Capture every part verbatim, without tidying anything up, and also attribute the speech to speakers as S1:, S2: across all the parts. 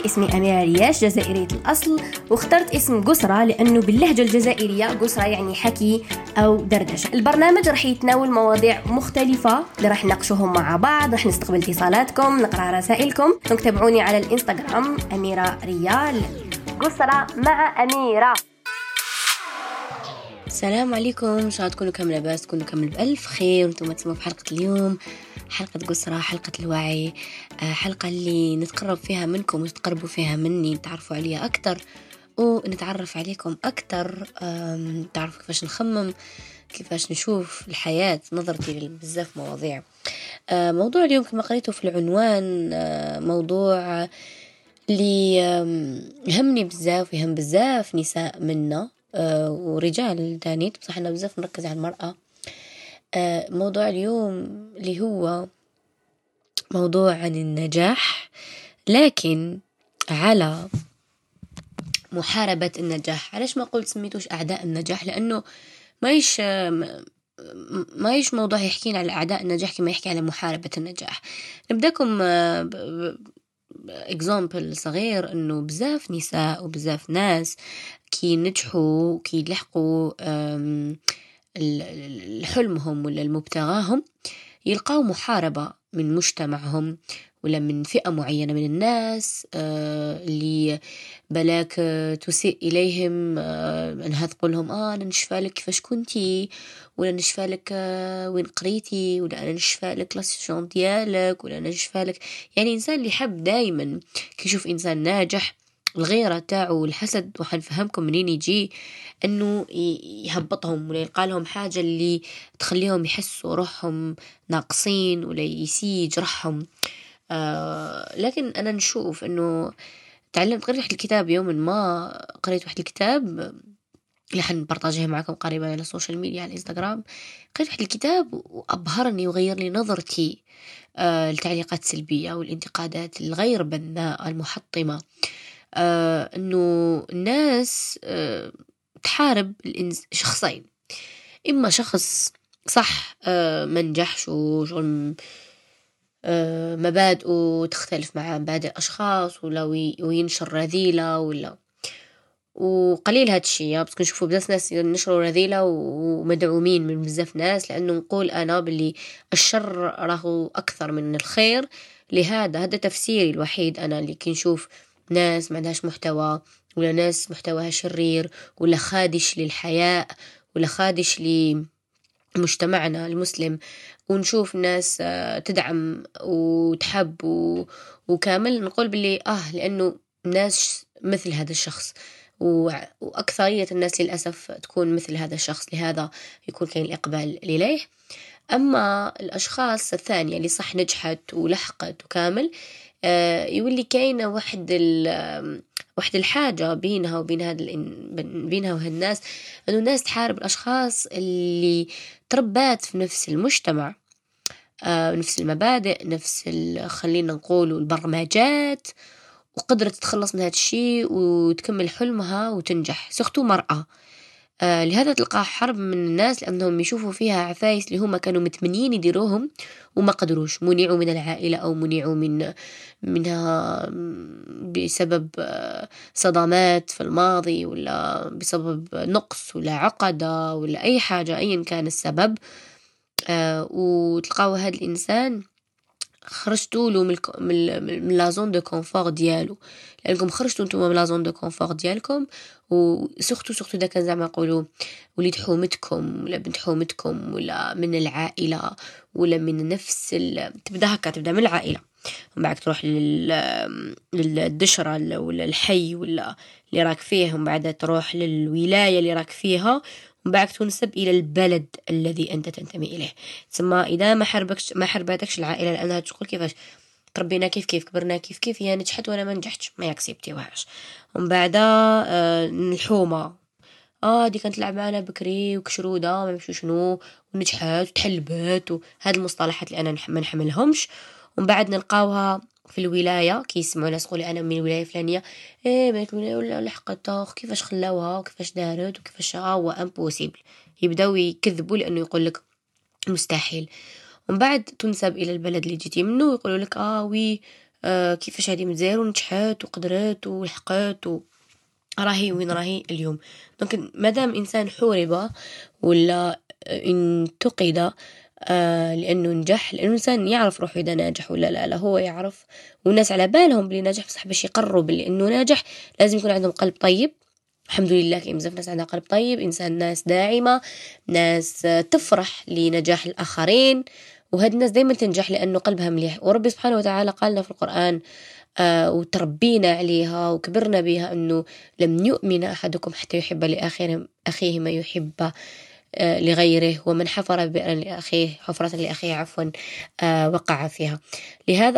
S1: اسمي أميرة رياش، جزائرية الأصل، واخترت اسم قسرة لأنه باللهجة الجزائرية قسرة يعني حكي أو دردشة. البرنامج رح يتناول مواضيع مختلفة اللي رح نناقشوهم مع بعض، رح نستقبل اتصالاتكم، نقرأ رسائلكم. تابعوني على الإنستغرام أميرة ريال، قسرة مع أميرة. السلام عليكم، إن شاء الله تكونوا كامل لاباس، تكونوا كامل بألف خير. وانتم تسمعوا في حلقة اليوم، حلقة قسرة، حلقة الوعي، حلقة اللي نتقرب فيها منكم وتتقربوا فيها مني، نتعرفوا عليها أكتر ونتعرف عليكم أكتر، تعرفوا كيفاش نخمم، كيفاش نشوف الحياة، نظرتي بزاف مواضيع. موضوع اليوم كما قريته في العنوان موضوع اللي يهمني بزاف ويهم بزاف نساء منا ورجال تاني، بصح أنا بزاف نركز على المرأة. موضوع اليوم اللي هو موضوع عن النجاح، لكن على محاربة النجاح. علاش ما قلت سميتوش أعداء النجاح؟ لأنه ما يش ما يش موضوع يحكينا على أعداء النجاح كما يحكي على محاربة النجاح. نبدأكم example صغير، إنه بزاف نساء وبزاف ناس كي نجحوا كي لحقوا الحلمهم ولا المبتغاهم، يلقاو محاربة من مجتمعهم ولا من فئة معينة من الناس آه اللي بلاك آه تسيء إليهم، آه أنها تقولهم آه أنا نشفالك كيفاش كنتي، ولا نشفالك آه وين قريتي، ولا أنا نشفالك لاسيشون ديالك، ولا أنا نشفالك. يعني إنسان اللي يحب دايما كيشوف إنسان ناجح، الغيرة تاعه والحسد، وحنفهمكم منين يجي، أنه يهبطهم ولا يلقى لهم حاجة اللي تخليهم يحسوا روحهم ناقصين ولا يسيج روحهم. آه لكن أنا نشوف أنه تعلمت، قريت واحد الكتاب يوما ما، قريت واحد الكتاب اللي حنبرتاجيه معكم قريبا على السوشيال ميديا على الانستغرام. قريت واحد الكتاب وأبهرني وغير لي نظرتي آه التعليقات السلبية والانتقادات الغير بناءة المحطمة. آه أنه الناس آه تحارب شخصين، إما شخص صح آه منجحش وشغل آه مبادئه تختلف مع مبادئ أشخاص، ولا وينشر رذيلة، ولا وقليل هاد الشيء، بس كنشوفوا بزاف ناس ينشروا رذيلة ومدعومين من بزاف ناس، لأنه نقول أنا باللي الشر راهو أكثر من الخير. لهذا هذا تفسيري الوحيد أنا، اللي كنشوف ناس ما عندهاش محتوى، ولا ناس محتواها شرير، ولا خادش للحياة، ولا خادش لمجتمعنا المسلم، ونشوف ناس تدعم وتحب وكامل، نقول باللي آه لأنه ناس مثل هذا الشخص، وأكثرية الناس للأسف تكون مثل هذا الشخص، لهذا يكون كاين الإقبال إليه. أما الأشخاص الثانية اللي صح نجحت ولحقت وكامل، آه يولي كاينة واحد واحد الحاجة بينها وبين هذا بينها وهالناس، الناس أنه الناس تحارب الأشخاص اللي تربات في نفس المجتمع، آه نفس المبادئ، نفس خلينا نقول البرمجات، وقدرت تتخلص من هذا الشيء وتكمل حلمها وتنجح. سختو مرأة آه لهذا تلقى حرب من الناس، لأنهم يشوفوا فيها عفايس اللي هم كانوا متمنين يديروهم وما قدروش، منعوا من العائلة أو منعوا من منها بسبب آه صدمات في الماضي، ولا بسبب نقص ولا عقدة ولا أي حاجة، أيا كان السبب. آه وتلقاوا هذا الإنسان خرجتوا له من من لازون دو كونفور ديالو، لانكم خرجتوا نتوما من لازون دو كونفور ديالكم، وسختو سختو دا كان زعما يقولوا وليد حومتكم ولا بنت حومتكم ولا من العائله ولا من نفس تبدا هكا، تبدا من العائله، ومن بعد تروح لل للدشره ولا الحي ولا اللي راك فيه، ومن بعد تروح للولايه اللي راك فيها، ومن بعد تنسب إلى البلد الذي أنت تنتمي إليه. ثم إذا ما حربكش ما حربتكش العائلة، لأنها تقول كيفاش تربينا كيف كيف، كبرنا كيف كيف، هي يعني نجحت وأنا ما نجحتش، ما يكسبتيوهاش. ومن بعد آه الحومة، آه دي كانت تلعب معنا بكري وكشرودة ما مشو شنو، ونجحت وتحلبت، وهذه المصطلحات اللي أنا ما نحملهمش. ومن بعد نلقاوها في الولاية، كي يسمعوا ناس يقولوا أنا من الولاية الفلانية، إيه بنت الولاية ولا لحقتها، كيفاش خلاوها وكيفاش دارت وكيفاش هو امبوسيبل، يبداو يكذبوا لأنه يقول لك مستحيل. ومن بعد تنسب إلى البلد اللي جيتي منه، ويقولوا لك آه وي آه كيفاش هذه مزير ونجحت وقدرت ولحقت و... راهي وين راهي اليوم. دونك مادام إنسان حورب ولا انتقد آه لأنه نجح، لأنه إنسان يعرف روحه إذا ناجح ولا لا لا هو يعرف، والناس على بالهم باللي ناجح، بصح باش يقروا باللي إنه ناجح لازم يكون عندهم قلب طيب. الحمد لله كاين بزاف ناس عندها قلب طيب، إنسان ناس داعمة، ناس تفرح لنجاح الآخرين، وهاد الناس دايما تنجح لأنه قلبها مليح. وربي سبحانه وتعالى قالنا في القرآن آه وتربينا عليها وكبرنا بها أنه لم يؤمن أحدكم حتى يحب لأخيه أخيه ما يحب آه لغيره، ومن حفر بئرا لأخيه حفرة لأخيه عفوا آه وقع فيها. لهذا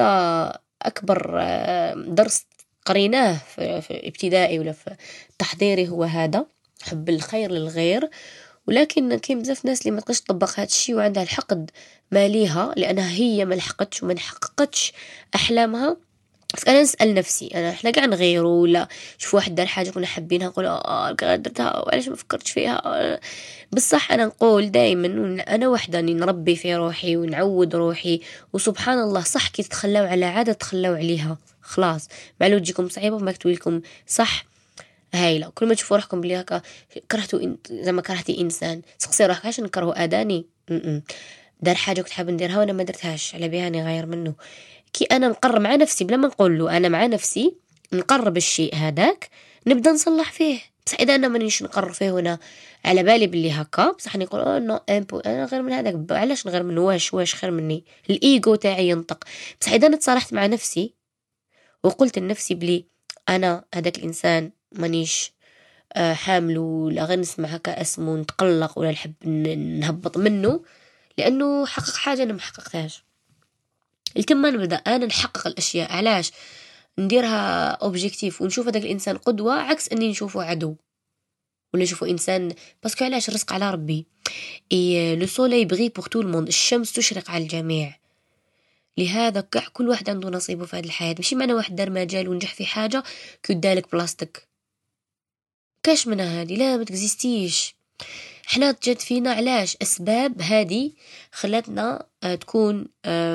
S1: أكبر آه درس قريناه في, في ابتدائي ولا في تحضيري هو هذا، حب الخير للغير. ولكن كاين بزاف ناس اللي ما تقدرش تطبق هذا الشيء وعندها الحقد ماليها لأنها هي ما لحقتش وما حققتش أحلامها. بس أنا نسأل نفسي، أنا إحنا قاعد نغيروا ولا شوف واحد دار حاجة كنا حابينها نقول آه درتها وعلاش ما فكرتش فيها آه. بالصح أنا نقول دائما أنا وحدة أني نربي في روحي ونعود روحي، وسبحان الله صح كي تتخلاو على عادة تخلاو عليها خلاص، معلو تجيكم صعيبة وما كتبوا لكم صح هايلة. كل ما تشوفوا روحكم بلي هكا كرهتوا انت زي ما كرهتي إنسان، سقسي روحك عشان نكرهوا أداني م-م. دار حاجة كنت حاب نديرها وأنا ما درتهاش على بيها نغير منه. كي أنا نقرر مع نفسي بلا ما نقول له، أنا مع نفسي نقرب الشيء هذاك نبدأ نصلح فيه. بس إذا أنا مانيش نقرر فيه وأنا على بالي باللي هكا بصح نقول أوه نو إمبو أنا غير من هذاك، علاش نغير منه، واش واش خير مني، الإيجو تاعي ينطق. بس إذا أنا تصالحت مع نفسي وقلت لنفسي بلي أنا هذاك الإنسان مانيش آه حامله ولا غير نسمع هكا اسمه نتقلق ولا نحب نهبط منه لأنه حقق حاجة أنا ما حققتهاش. التما نبدأ أنا نحقق الأشياء، علاش نديرها أوبجيكتيف ونشوف هذاك الإنسان قدوة عكس أني نشوفه عدو ولا نشوفه إنسان. باسكو علاش الرزق على ربي، إي لو سولي بغي بور تو الموند، الشمس تشرق على الجميع. لهذا كاع كل واحد عنده نصيبه في هذه الحياة، ماشي معنى واحد دار مجال ونجح في حاجة كيدالك بلاستيك كاش منها هذه، لا ما تكزيستيش. احنا تجد فينا علاش أسباب هذه خلتنا اه تكون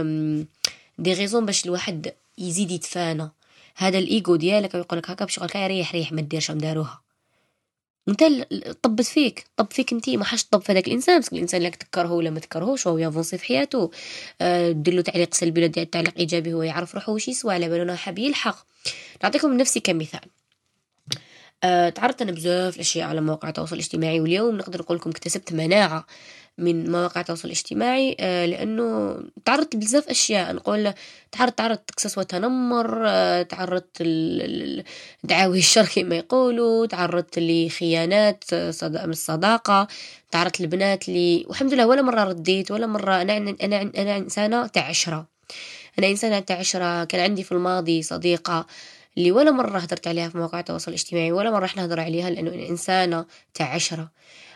S1: دي غيزون باش الواحد يزيد يتفانى. هذا الإيجو ديالك يقولك هكا باش يقولك ريح ريح ما ديرش مداروها، انت طبت فيك طب فيك انتي ما حاش طب في هذاك الانسان، بس الانسان اللي تكرهه ولا ما تكرهوش هو يافونسي في حياته أه دير له تعليق سلبي ولا تعليق ايجابي هو يعرف روحه واش يسوى على بالو حاب يلحق. نعطيكم نفسي كمثال. أه تعرضت انا بزاف الاشياء على مواقع التواصل الاجتماعي، واليوم نقدر نقول لكم اكتسبت مناعه من مواقع التواصل الاجتماعي آه لأنه تعرضت بزاف أشياء. نقول تعرضت تعرضت قصص وتنمر، آه تعرضت دعاوي الشر كما يقولوا، تعرضت لخيانات صد... من الصداقة، تعرضت لبنات لي والحمد لله ولا مرة رديت ولا مرة. أنا أنا أنا إنسانة تاع عشرة، أنا إنسانة تاع عشرة. كان عندي في الماضي صديقة اللي ولا مرة هدرت عليها في مواقع التواصل الاجتماعي، ولا مرة إحنا نهضر عليها لأنه إنسانة تاع عشرة.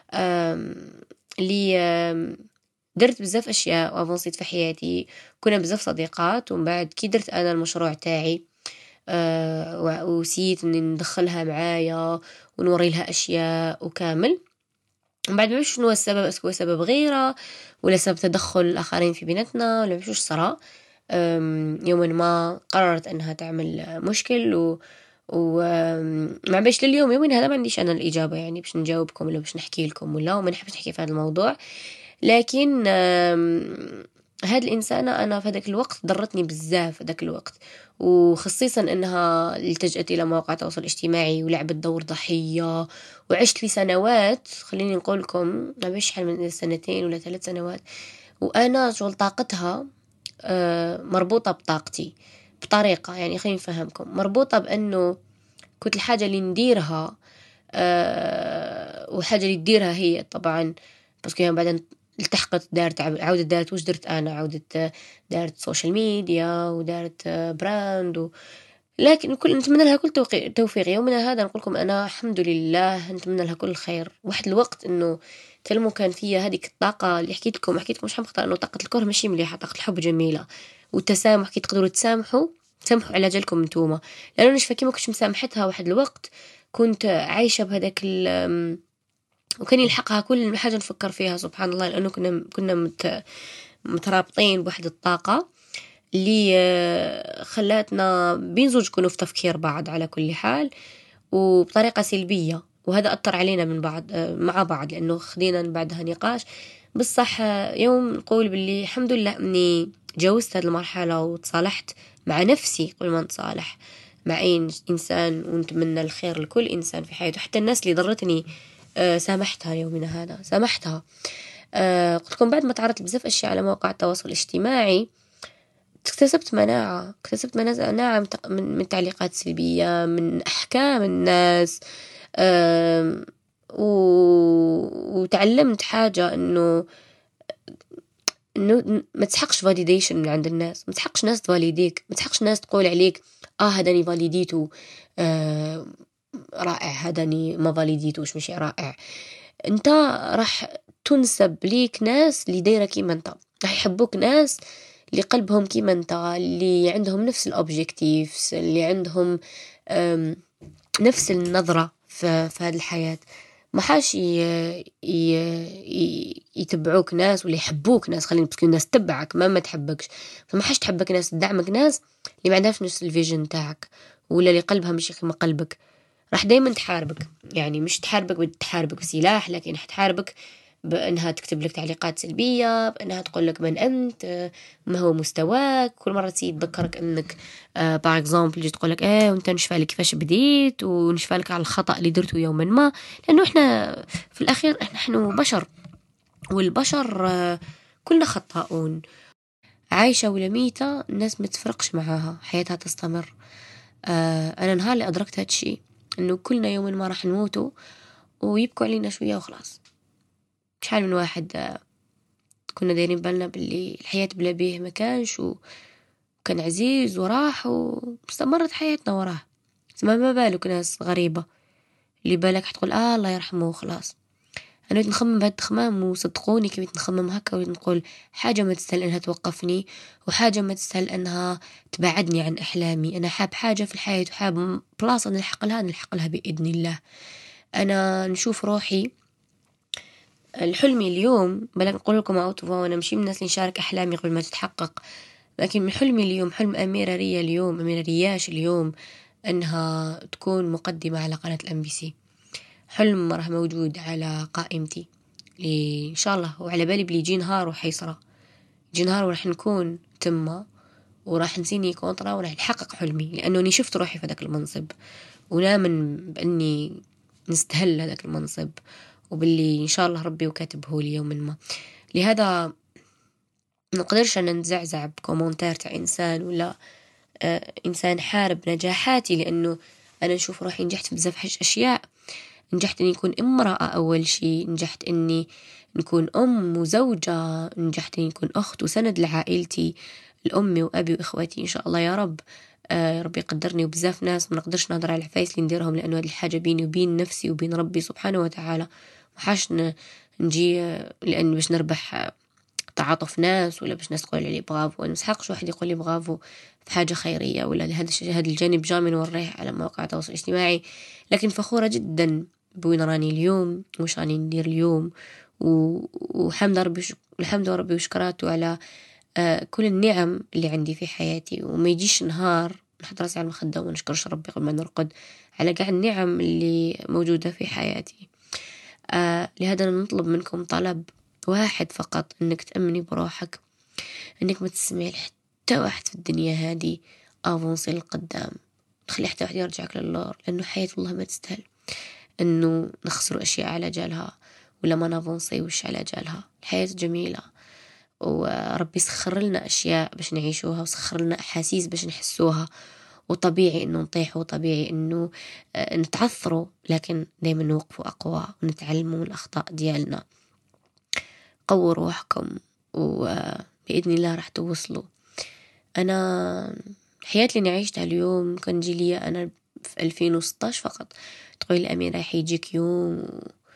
S1: اللي درت بزاف اشياء وافونسيت في حياتي، كنا بزاف صديقات. ومن بعد كي درت انا المشروع تاعي أه وسيت اني ندخلها معايا ونوري لها اشياء وكامل. من بعد ما عرفتش شنو السبب، اسكو سبب غيره ولا سبب تدخل الاخرين في بيناتنا ولا مش صرا. يوما ما قررت انها تعمل مشكل و ومع باش لليوم يومين هذا ما عنديش انا الاجابه يعني باش نجاوبكم ولا باش نحكي لكم ولا وما نحبش نحكي في هذا الموضوع. لكن هاد الإنسانة أنا في هذاك الوقت ضرتني بزاف في ذاك الوقت، وخصيصا أنها التجأت إلى مواقع التواصل الاجتماعي ولعبت دور ضحية. وعشت لي سنوات، خليني نقول لكم ما بيش حال من سنتين ولا ثلاث سنوات وأنا شغل طاقتها مربوطة بطاقتي بطريقة، يعني خليني نفهمكم، مربوطة بأنه كنت الحاجة اللي نديرها أه وحاجة اللي تديرها هي طبعا بس كيان بعدين التحقت دارت عودة دارت وش درت أنا عودة دارت سوشيال ميديا ودارت براند و... لكن كل نتمنى لها كل توفيق. يومنا هذا نقول لكم أنا الحمد لله نتمنى لها كل الخير. واحد الوقت إنه تلمو كان فيها هذيك الطاقة اللي حكيت لكم حكيت لكم مش حمختار إنه طاقة الكره ماشي مليحة، طاقة الحب جميلة والتسامح كي تقدروا تسامحوا تسامحوا على جالكم انتوما. لأنه أنا شفاكي ما كنتش مسامحتها واحد الوقت، كنت عايشة بهذاك ال وكان يلحقها كل حاجة نفكر فيها سبحان الله، لأنه كنا كنا مت مترابطين بواحد الطاقة اللي آه، خلاتنا بينزوج كونوا في تفكير بعض على كل حال وبطريقة سلبية، وهذا أثر علينا من بعض آه، مع بعض، لأنه خدينا من بعدها نقاش. بالصح آه، يوم نقول باللي الحمد لله أني جاوزت هذه المرحلة وتصالحت مع نفسي قبل ما نتصالح مع أي إنسان، ونتمنى الخير لكل إنسان في حياته، حتى الناس اللي ضرتني آه، سامحتها يومنا هذا، سامحتها. آه، قلت لكم بعد ما تعرضت بزاف أشياء على مواقع التواصل الاجتماعي اكتسبت مناعة اكتسبت مناعة من تق- من من تعليقات سلبية، من أحكام الناس. آم، و... وتعلمت حاجة إنه إنه ما تسحقش validation من عند الناس، ما تسحقش ناس تفاليديك، ما تسحقش ناس تقول عليك آه هداني فاليديتو آه رائع، هداني ما فاليديتوش مش رائع. أنت راح تنسب ليك ناس اللي دايرة كيما أنت، راح يحبوك ناس اللي قلبهم كيما أنت، اللي عندهم نفس الأوبجيكتيفز، اللي عندهم أم، نفس النظرة في, في هذه الحياة. ما حاش ي- ي- ي- يتبعوك ناس ولا يحبوك ناس، خلينا بس الناس تبعك ما ما تحبكش. فما حاش تحبك ناس تدعمك ناس اللي ما عندهاش نفس الفيجن تاعك، ولا اللي قلبها مش كيما قلبك. راح دايما تحاربك، يعني مش تحاربك بتحاربك بسلاح، لكن حتحاربك بأنها تكتب لك تعليقات سلبية، بأنها تقول لك من أنت، آه، ما هو مستواك. كل مرة تسي تذكرك أنك باغ اكزامبل جي تقول لك ايه وانت نشفالك كيفاش بديت، ونشفالك على الخطأ اللي درته يوما ما، لأنه احنا في الأخير احنا نحن بشر، والبشر آه، كلنا خطاؤون. عايشة ولا ميتة الناس ما تفرقش معاها، حياتها تستمر. آه أنا نهار اللي أدركت هادشي إنه كلنا يوم ما راح نموتوا ويبكوا علينا شوية وخلاص. شحال من واحد آه كنا دايرين بالنا باللي الحياة بلا بيه ما كانش، وكان عزيز وراح واستمرت حياتنا وراه. ما ما بالك ناس غريبة اللي بالك حتقول آه الله يرحمه وخلاص. أنا بقيت نخمم بهاد التخمام، وصدقوني كي بقيت نخمم هكا وبقيت نقول حاجة ما تستاهل أنها توقفني، وحاجة ما تستاهل أنها تبعدني عن أحلامي. أنا حاب حاجة في الحياة وحاب بلاصة نلحق لها نلحق لها بإذن الله. أنا نشوف روحي الحلمي اليوم، بلا نقول لكم أوتو أنا مشي من الناس اللي نشارك أحلامي قبل ما تتحقق، لكن من حلمي اليوم حلم أميرة ريا اليوم، أميرة رياش اليوم، أنها تكون مقدمة على قناة الأم بي سي. حلم راه موجود على قائمتي اللي إن شاء الله، وعلى بالي بلي يجي نهار وحيصرى، يجي نهار وراح نكون تمة وراح نسيني كونطرا وراح نحقق حلمي، لأنه شفت روحي في ذاك المنصب ونامن بأني نستهل هذاك المنصب، وباللي إن شاء الله ربي وكاتبه لي يوم ما. لهذا نقدرش أن نزعزع بكومنتار تاع إنسان ولا آه إنسان حارب نجاحاتي، لأنه أنا نشوف روحي نجحت في بزاف أشياء. نجحت إني أكون امرأة أول شي، نجحت إني نكون أم وزوجة، نجحت إني نكون أخت وسند لعائلتي، الأمي وأبي وإخواتي إن شاء الله يا رب. آه ربي يقدرني وبزاف ناس ما نقدرش نهضر على العفايس اللي نديرهم، لأنه هذه الحاجة بيني وبين نفسي وبين ربي سبحانه وتعالى. محاش نجي آه، لأن باش نربح آه، تعاطف ناس ولا باش ناس تقول علي برافو. أنا مسحقش واحد يقول لي برافو في حاجة خيرية ولا هذا هذا الجانب جامي نوريه على مواقع التواصل الاجتماعي، لكن فخورة جدا بوين راني اليوم وش راني ندير اليوم. وحمد ربي شك... الحمد ربي وشكراته على آه كل النعم اللي عندي في حياتي، وما يجيش نهار نحط راسي على المخدة وما نشكرش ربي قبل ما نرقد على قاع النعم اللي موجودة في حياتي. آه لهذا نطلب منكم طلب واحد فقط، انك تأمني بروحك، انك ما تسمعي لحتى واحد في الدنيا هذه افونسي للقدام، تخلي حتى واحد يرجعك للور، لانه حياة والله ما تستاهل انه نخسر اشياء على جالها ولا ما نافونسي وش على جالها. الحياة جميلة وربي سخر لنا اشياء باش نعيشوها، وسخر لنا احاسيس باش نحسوها، وطبيعي انه نطيح وطبيعي انه آه، نتعثروا، لكن دايما نوقفوا اقوى ونتعلموا من الاخطاء ديالنا. قووا روحكم وبإذن الله راح توصلوا. أنا الحياة اللي عشتها اليوم كان جي لي أنا في ألفين وستاشر فقط. تقولي الأميرة راح يجيك يوم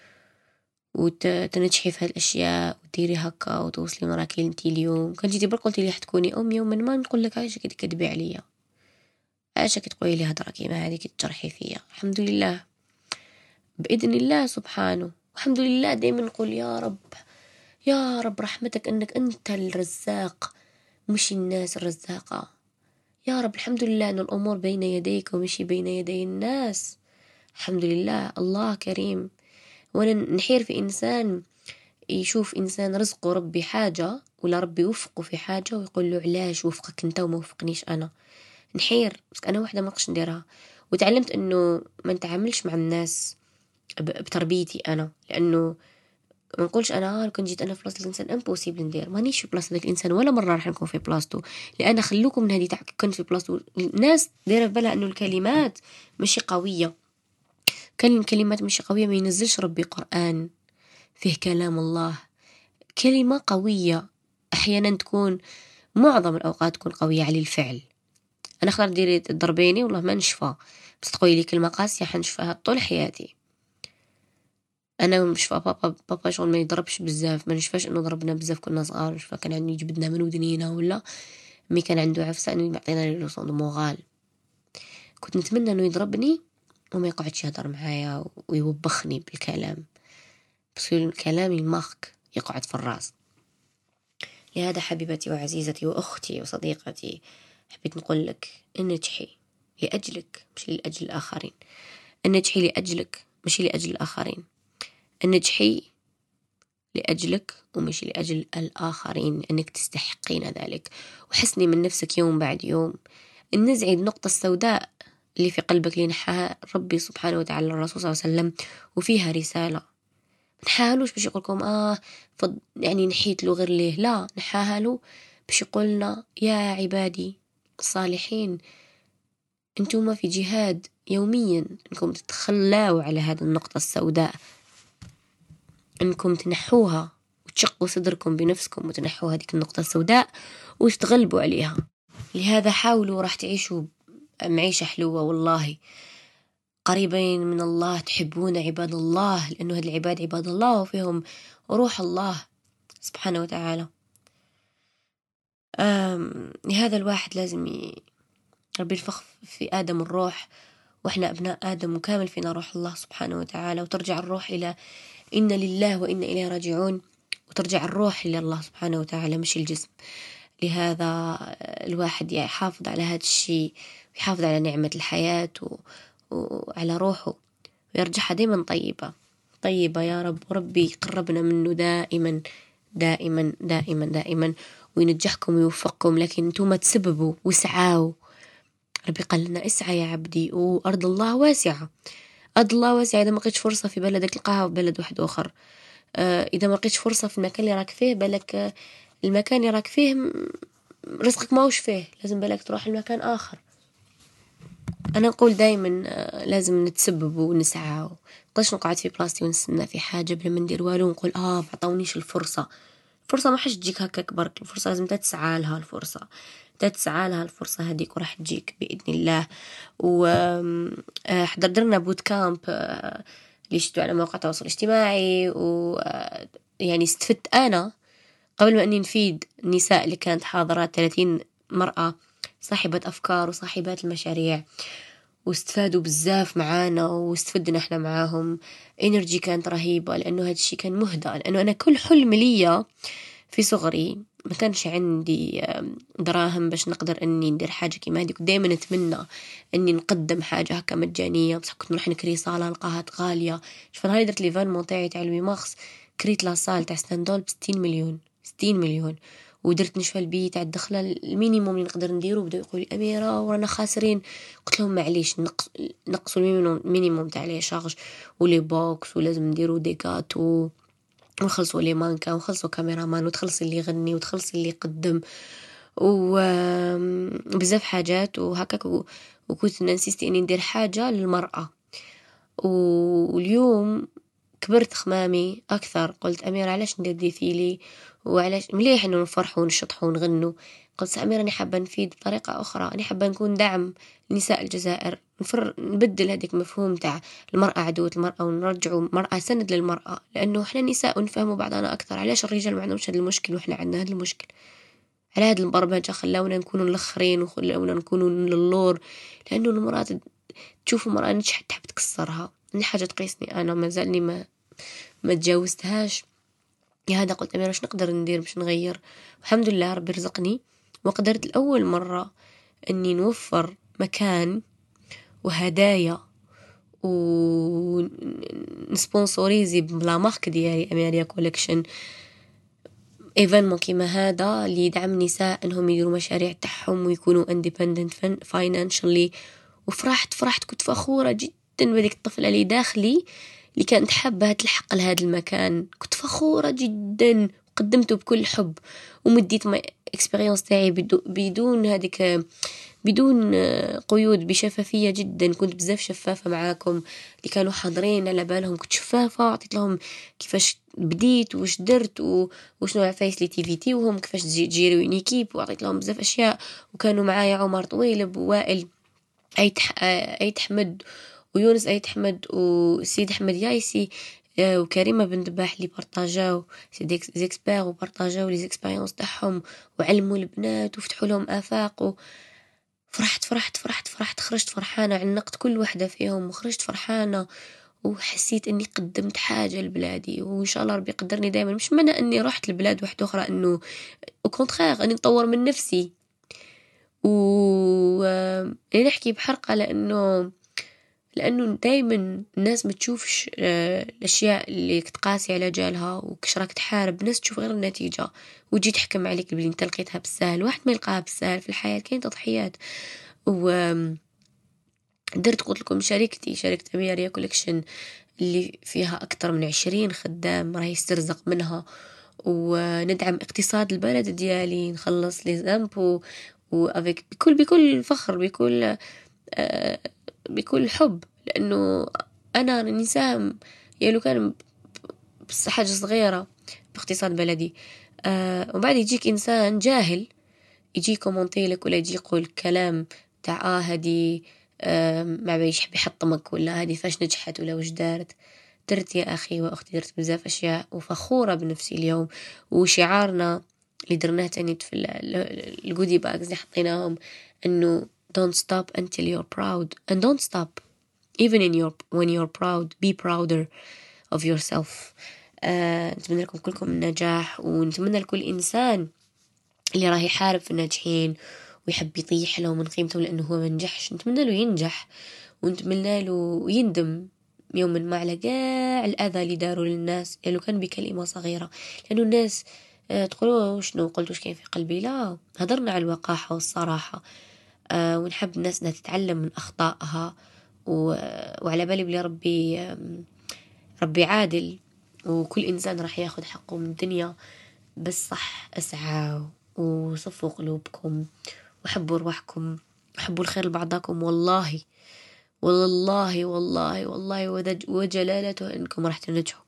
S1: وتنجحي في هالأشياء وتديري هكا وتوصلي مراكي انتي اليوم. كان جيتي برك قلتي لي حتكوني أم يوم من ما نقول لك عايشة كي تكذبي عليا، عايشة كي تقولي لي هدرة كيما هذه كي تجرحي فيا. الحمد لله بإذن الله سبحانه، الحمد لله. دايما نقول يا رب يا رب رحمتك أنك أنت الرزاق، ومش الناس الرزاقة. يا رب الحمد لله أن الأمور بين يديك ومشي بين يدي الناس، الحمد لله الله كريم. وانا نحير في إنسان يشوف إنسان رزقه ربي حاجة ولا ربي وفقه في حاجة ويقول له علاش وفقك انت وما وفقنيش أنا، نحير. بس أنا واحدة ما نقدرش نديرها، وتعلمت إنه ما نتعاملش مع الناس بتربيتي أنا، لأنه ما نقولش أنا آه كنت جيت أنا في بلاصة الإنسان امبوسيبل ندير، مانيش في بلاصة ذاك الإنسان ولا مرة راح نكون في بلاصته، لأن خلوكم من هذه تاع كنت في بلاصته. الناس دايرة في بالها إنه الكلمات مش قوية، كان الكلمات مش قوية ما ينزلش ربي قرآن فيه كلام الله. كلمة قوية أحيانا تكون، معظم الأوقات تكون قوية على الفعل. أنا أخضر ديري تضربيني والله ما نشفى، بس تقولي لي كلمة قاسية حنشفاها طول حياتي. أنا مش بابا بابا شغل ما يضربش بزاف، ما نشفاش إنه ضربنا بزاف كنا صغار، نشفى كان عني جبدنا من ودنينا ولا مي كان عنده عفسة إنه يعطينا لي لوصون مغال. كنت نتمنى إنه يضربني وما يقعدش يهضر معايا ويوبخني بالكلام، بس الكلام المخك يقعد في الراس. لهذا حبيبتي وعزيزتي وأختي وصديقتي، حبيت نقول لك إن نجحي لأجلك مش لأجل الآخرين، إن نجحي لأجلك مش لأجل الآخرين، إن نجحي لأجلك ومش لأجل الآخرين، أنك تستحقين ذلك. وحسني من نفسك يوم بعد يوم، النزعي النقطة السوداء اللي في قلبك اللي نحاها ربي سبحانه وتعالى الرسول صلى الله عليه وسلم وفيها رسالة. نحاهلوش باش يقولكم آه فض يعني نحيت له غير ليه، لا نحاها له باش يقولنا يا عبادي الصالحين انتم في جهاد يوميا انكم تتخلاوا على هذه النقطة السوداء، انكم تنحوها وتشقوا صدركم بنفسكم وتنحوا هذه النقطة السوداء وتتغلبوا عليها. لهذا حاولوا راح تعيشوا معيشة حلوة والله، قريبين من الله، تحبون عباد الله، لأنه هذا العباد عباد الله وفيهم روح الله سبحانه وتعالى. لهذا الواحد لازم ي... ربي ينفخ في آدم الروح، وإحنا أبناء آدم وكامل فينا روح الله سبحانه وتعالى، وترجع الروح إلى إن لله وإن إليه راجعون، وترجع الروح إلى الله سبحانه وتعالى مش الجسم. لهذا الواحد يحافظ على هذا الشيء ويحافظ على نعمة الحياة و... وعلى روحه ويرجعها دائما طيبة طيبة يا رب. وربي يقربنا منه دائما دائما دائما دائما وينجحكم ويوفقكم، لكن انتم تسببوا واسعوا. ربي قال لنا اسعى يا عبدي، وأرض الله واسعة، أرض الله واسعة. إذا ما لقيتش فرصة في بلدك تلقاها في بلد واحد آخر، آه إذا ما لقيتش فرصة في المكان اللي راك فيه بالك آه المكان اللي راك فيه رزقك ما وش فيه، لازم بالك تروح المكان آخر. أنا أقول دايما آه لازم نتسبب ونسعى، قلش نقعد في بلاستي ونستنى في حاجة بلا ما ندير والو ونقول آه بعطونيش الفرصة. الفرصة ما حش تجيك هكاك برك، الفرصة لازم تتسعى لها، الفرصة تتسعى لها الفرصة هذيك وراح تجيك بإذن الله. وحضرنا بوت كامب اللي شفتوا على مواقع التواصل الاجتماعي، ويعني استفدت أنا قبل ما أني نفيد النساء اللي كانت حاضرات ثلاثين مرأة صاحبة أفكار وصاحبات المشاريع، واستفادوا بزاف معانا واستفدنا احنا معاهم. انرجي كانت رهيبة، لأنه هذا الشيء كان مهدى، لأنه أنا كل حلم لي في صغري ما كانش عندي دراهم باش نقدر اني ندير حاجه كيما هذيك، دائما نتمنى اني نقدم حاجه هكا مجانيه، بس كنت نروح نكري صاله نلقاها غاليه. شوف انا درت ليفينمون تاعي تاع الميمارس، كريت لا صال تاع ستاندول ب ستين مليون ستين مليون، ودرت نشفى البي تاع الدخله المينيموم اللي نقدر نديرو. بداو يقولوا لي اميره ورانا خاسرين، قلت لهم معليش نقص نقصوا المينيموم تاع لي شارج ولي بوكس، ولازم نديرو دي كاتو ونخلصوا لي مانكا ونخلصوا كاميرامان وتخلص اللي يغني وتخلص اللي يقدم وبزاف حاجات وهكاك. وكنت ننسيستي اني ندير حاجة للمرأة. واليوم كبرت خمامي اكثر، قلت اميرة علاش ندير دي فيلي، وعلاش مليح انه نفرحوا ونشطحوا ونغنوا. قلت اميرة اني حابة نفيد بطريقة اخرى، اني حابة نكون دعم لنساء الجزائر، نفر نبدل هذيك مفهوم تاع المرأة عدوة المرأة ونرجعوا مرأة سند للمرأة، لانه احنا نساء ونفهموا بعضنا اكثر. علاش الرجال ما عندهمش هذا المشكل واحنا عندنا هذا المشكل؟ على هذه البرمجة خلاونا نكونوا الاخرين وخلاونا نكونوا للور، لانه المرأة تشوف مرأة نجحت تحب تكسرها. دي حاجة تقيسني انا، ما زالني ما ما تجاوزتهاش. لهذا قلت أميرة وش نقدر ندير باش نغير؟ الحمد لله ربي رزقني وقدرت لأول مرة أني نوفر مكان وهدايا ونسبونسوريزي بلا مارك ديالي أميريا كوليكشن ايفينمون كيما هذا اللي يدعم النساء انهم يديروا مشاريع تاعهم ويكونوا independent financially. وفرحت فرحت كنت فخورة جدا بهذيك الطفلة اللي داخلي اللي كانت حابة تلحق لهذا المكان. كنت فخورة جدا، قدمته بكل حب ومديت ما اكسبيرينس تاعي بدون هذيك بدون قيود، بشفافية جدا. كنت بزاف شفافة معاكم اللي كانوا حاضرين، على بالهم كنت شفافة، عطيت لهم كيفاش بديت وش درت وشنو عفايس لي تي في تي وهم كيفاش تجيروا يونيكيب، وعطيت لهم بزاف أشياء. وكانوا معايا عمر طويلب ووائل أيت أيت حمد ويونس أيت حمد وسيد أحمد يايسي وكريمة بن دباح اللي بارطاجاو زيكسبير وبارطاجاو لي زيكسبيريونس تاعهم وعلموا البنات وفتحوا لهم آفاق. و فرحت فرحت فرحت فرحت خرجت فرحانة، عنقت كل واحدة فيهم وخرجت فرحانة، وحسيت اني قدمت حاجة لبلادي. وان شاء الله ربي يقدرني دائما، مش معنى اني رحت لبلاد واحدة اخرى انه او كونترير اني نطور من نفسي و نحكي بحرقة، لانه لانه دائما الناس ما تشوفش الاشياء اللي تقاسي على جالها وكش راك تحارب، الناس تشوف غير النتيجة وتجي تحكم عليك بلي انت لقيتها بالسهل. واحد ما يلقاها بالسهل في الحياة، كاين تضحيات. و درت قلت لكم شركتي شركة أميريا كوليكشن اللي فيها أكثر من عشرين خدام راهي يسترزق منها، وندعم اقتصاد البلد ديالي، نخلص لي زامبو وأفيك بكل بكل فخر، بكل آه بكل حب، لأنه أنا نساهم يعني لو كان بس حاجة صغيرة باقتصاد بلدي. آه وبعد يجيك إنسان جاهل يجي كومنتي لك ولا يجي يقول كلام تاع آه هدي آه ما بيش بيحطمك ولا هدي فاش نجحت ولا وش دارت. درت يا أخي وأختي، درت بزاف أشياء وفخورة بنفسي اليوم. وشعارنا اللي درناه تاني في الجودي باجز اللي حطيناهم إنه don't stop until you're proud and don't stop even in your when you're proud be prouder of yourself. آه نتمنى لكم كلكم النجاح، ونتمنى لكل إنسان اللي راح يحارب في الناجحين ويحب يطيح له من قيمته لأنه هو منجحش، نتمنى له ينجح، ونتمنى له يندم يوما ما على جاع الأذى اللي داروا للناس لو كان بكلمة صغيرة. لأنه الناس آه تقولوا شنو قلت وش كان في قلبي، لا هدرنا على الوقاحة والصراحة. آه ونحب الناس انها تتعلم من أخطائها، وعلى بالي بلي ربي آه ربي عادل، وكل إنسان راح ياخد حقه من الدنيا. بس صح اسعوا وصفوا قلوبكم وحبوا روحكم وحبوا الخير لبعضكم، والله والله والله والله وجلالته انكم راح تنجحوا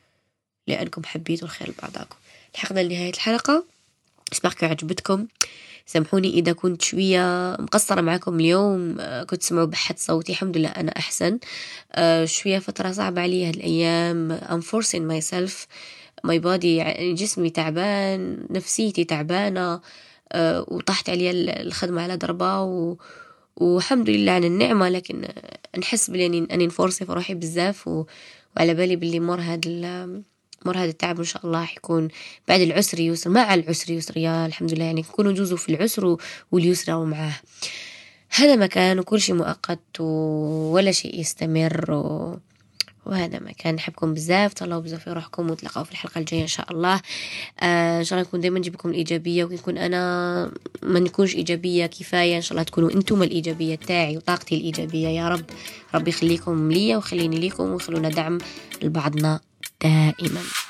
S1: لانكم حبيتوا الخير لبعضكم. لحقنا لنهاية الحلقة، اسمعكم عجبتكم. سامحوني إذا كنت شوية مقصرة معكم اليوم، كنت تسمعوا بحث صوتي، الحمد لله أنا أحسن. شوية فترة صعبة علي هالأيام، I'm forcing myself my body، يعني جسمي تعبان، نفسيتي تعبانة، وطاحت علي الخدمة على ضربة و... والحمد لله على النعمة. لكن نحس بلي أني نفورسي في روحي بزاف، و... وعلى بالي باللي مر هاد ال... مر هذا التعب إن شاء الله حيكون بعد العسر يسر، مع العسر يسر يا الحمد لله، يعني نكونوا نجوزوا في العسر واليسر ومعاه. هذا مكان وكل شيء مؤقت ولا شيء يستمر، و... وهذا مكان. نحبكم بزاف، طلعوا بزاف في روحكم، وتلقاو في الحلقة الجاية إن شاء الله. آه إن شاء الله نكون دايما نجيبكم الإيجابية، ويكون أنا ما نكونش إيجابية كفاية، إن شاء الله تكونوا أنتم الإيجابية تاعي وطاقتي الإيجابية يا رب. ربي يخليكم لي وخليني ليكم، وخلونا دعم لبعضنا دائما.